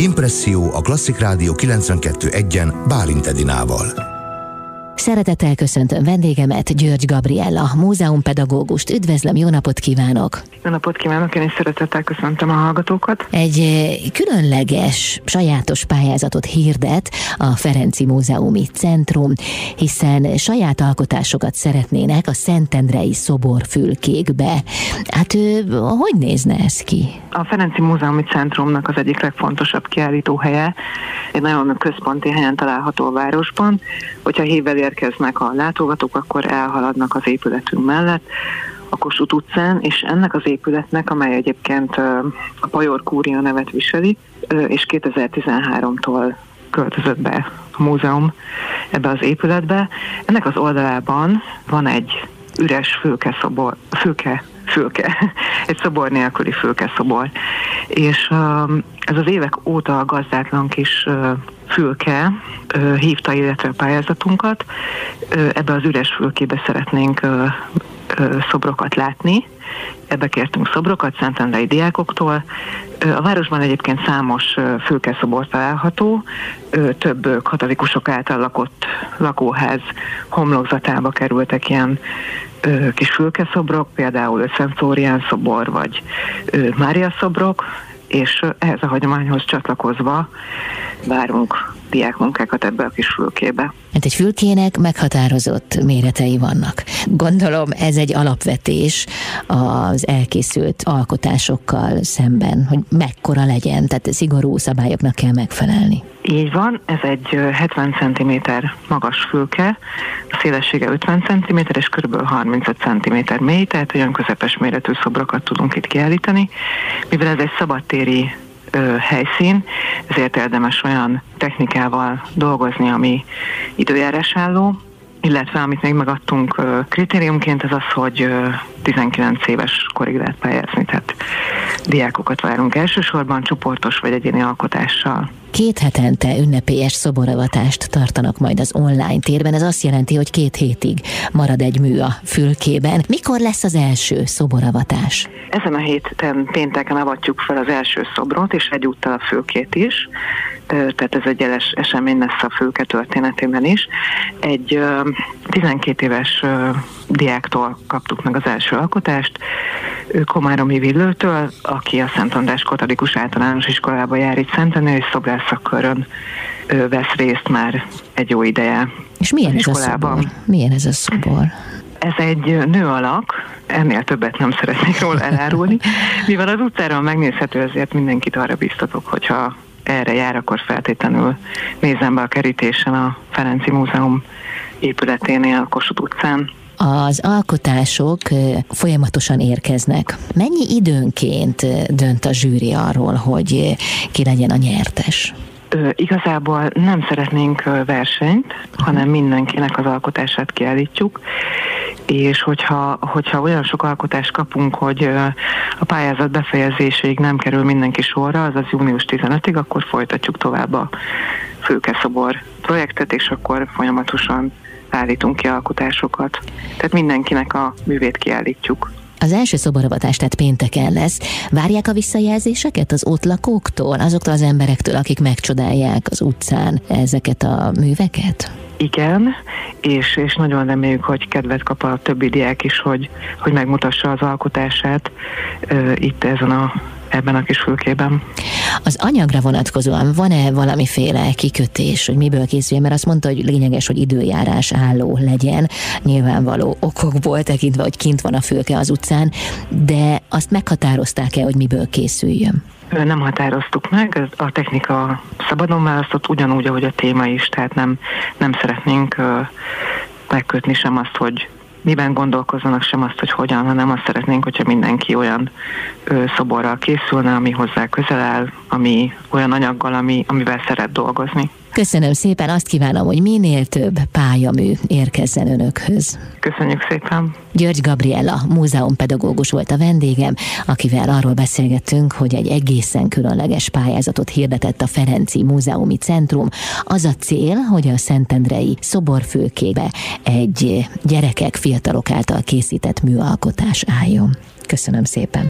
Impresszió a Klasszik Rádió 92.1-en Bálint Edinával. Szeretettel köszöntöm vendégemet, György Gabriella, múzeumpedagógust. Üdvözlöm, jó napot kívánok! Jó napot kívánok, én is szeretettel köszöntöm a hallgatókat. Egy különleges, sajátos pályázatot hirdet a Ferenczy Múzeumi Centrum, hiszen saját alkotásokat szeretnének a Szentendrei szoborfülkékbe. Hát hogy nézne ez ki? A Ferenczy Múzeumi Centrumnak az egyik legfontosabb kiállítóhelye, egy nagyon központi helyen található a városban. Hogyha hévvel érkeznek a látogatók, akkor elhaladnak az épületünk mellett, a Kossuth utcán, és ennek az épületnek, amely egyébként a Pajor Kúria nevet viseli, és 2013-tól költözött be a múzeum ebbe az épületbe. Ennek az oldalában van egy üres egy szobor nélküli fülkeszobor. És ez az évek óta a gazdátlan kis fülke hívta életre a pályázatunkat. Ebbe az üres fülkébe szeretnénk szobrokat látni. Ebbe kértünk szobrokat szentendrei diákoktól. A városban egyébként számos fülkeszobor található, több katolikusok által lakott lakóház homlokzatába kerültek ilyen kis fülkeszobrok, például Szent Flórián szobor, vagy Mária szobrok, és ehhez a hagyományhoz csatlakozva várunk diákmunkákat ebbe a kis fülkébe. Hát egy fülkének meghatározott méretei vannak. Gondolom ez egy alapvetés az elkészült alkotásokkal szemben, hogy mekkora legyen, tehát szigorú szabályoknak kell megfelelni. Így van, ez egy 70 cm magas fülke, a szélessége 50 cm és kb. 35 cm mély, tehát olyan közepes méretű szobrokat tudunk itt kiállítani. Mivel ez egy szabadtéri helyszín, ezért érdemes olyan technikával dolgozni, ami időjárásálló, illetve amit még megadtunk kritériumként, ez az, hogy 19 éves korig lehet pályázni, tehát diákokat várunk elsősorban csoportos vagy egyéni alkotással. 2 hetente ünnepélyes szoboravatást tartanak majd az online térben. Ez azt jelenti, hogy 2 hétig marad egy mű a fülkében. Mikor lesz az első szoboravatás? Ezen a héten pénteken avatjuk fel az első szobrot, és egyúttal a fülkét is. Tehát ez egy jeles esemény lesz a fülke történetében is. Egy 12 éves diáktól kaptuk meg az első alkotást, Komáromi Villőtől, aki a Szent András Katolikus Általános Iskolába jár itt Szentendrén, és szobrászszakkörön vesz részt már egy jó ideje. És milyen ez a szobor? Milyen ez a szobor? Ez egy nő alak, ennél többet nem szeretnék róla elárulni. Mivel az utcáról megnézhető, ezért mindenkit arra biztatok, hogyha erre jár, akkor feltétlenül nézzen be a kerítésen a Ferenczy Múzeum épületénél a Kossuth utcán. Az alkotások folyamatosan érkeznek. Mennyi időnként dönt a zsűri arról, hogy ki legyen a nyertes? Igazából nem szeretnénk versenyt, hanem mindenkinek az alkotását kiállítjuk, és hogyha olyan sok alkotást kapunk, hogy a pályázat befejezéséig nem kerül mindenki sorra, azaz június 15-ig, akkor folytatjuk tovább a fülkeszobor projektet, és akkor folyamatosan állítunk ki alkotásokat. Tehát mindenkinek a művét kiállítjuk. Az első szoboravatást tehát pénteken lesz. Várják a visszajelzéseket az ott lakóktól, azoktól az emberektől, akik megcsodálják az utcán ezeket a műveket? Igen, és nagyon reméljük, hogy kedvet kap a többi diák is, hogy megmutassa az alkotását itt ebben a kis fülkében. Az anyagra vonatkozóan van-e valamiféle kikötés, hogy miből készül? Mert azt mondta, hogy lényeges, hogy időjárás álló legyen, nyilvánvaló okokból tekintve, hogy kint van a fülke az utcán, de azt meghatározták-e, hogy miből készüljön? Nem határoztuk meg, a technika szabadon választott, ugyanúgy, ahogy a téma is, tehát nem szeretnénk megkötni sem azt, hogy miben gondolkozzanak, sem azt, hogy hogyan, hanem azt szeretnénk, hogyha mindenki olyan szoborral készülne, ami hozzá közel áll, ami olyan anyaggal, amivel szeret dolgozni. Köszönöm szépen, azt kívánom, hogy minél több pályamű érkezzen önökhöz. Köszönjük szépen! György Gabriella, múzeumpedagógus volt a vendégem, akivel arról beszélgettünk, hogy egy egészen különleges pályázatot hirdetett a Ferenczy Múzeumi Centrum. Az a cél, hogy a szentendrei szoborfülkébe egy gyerekek, fiatalok által készített műalkotás álljon. Köszönöm szépen!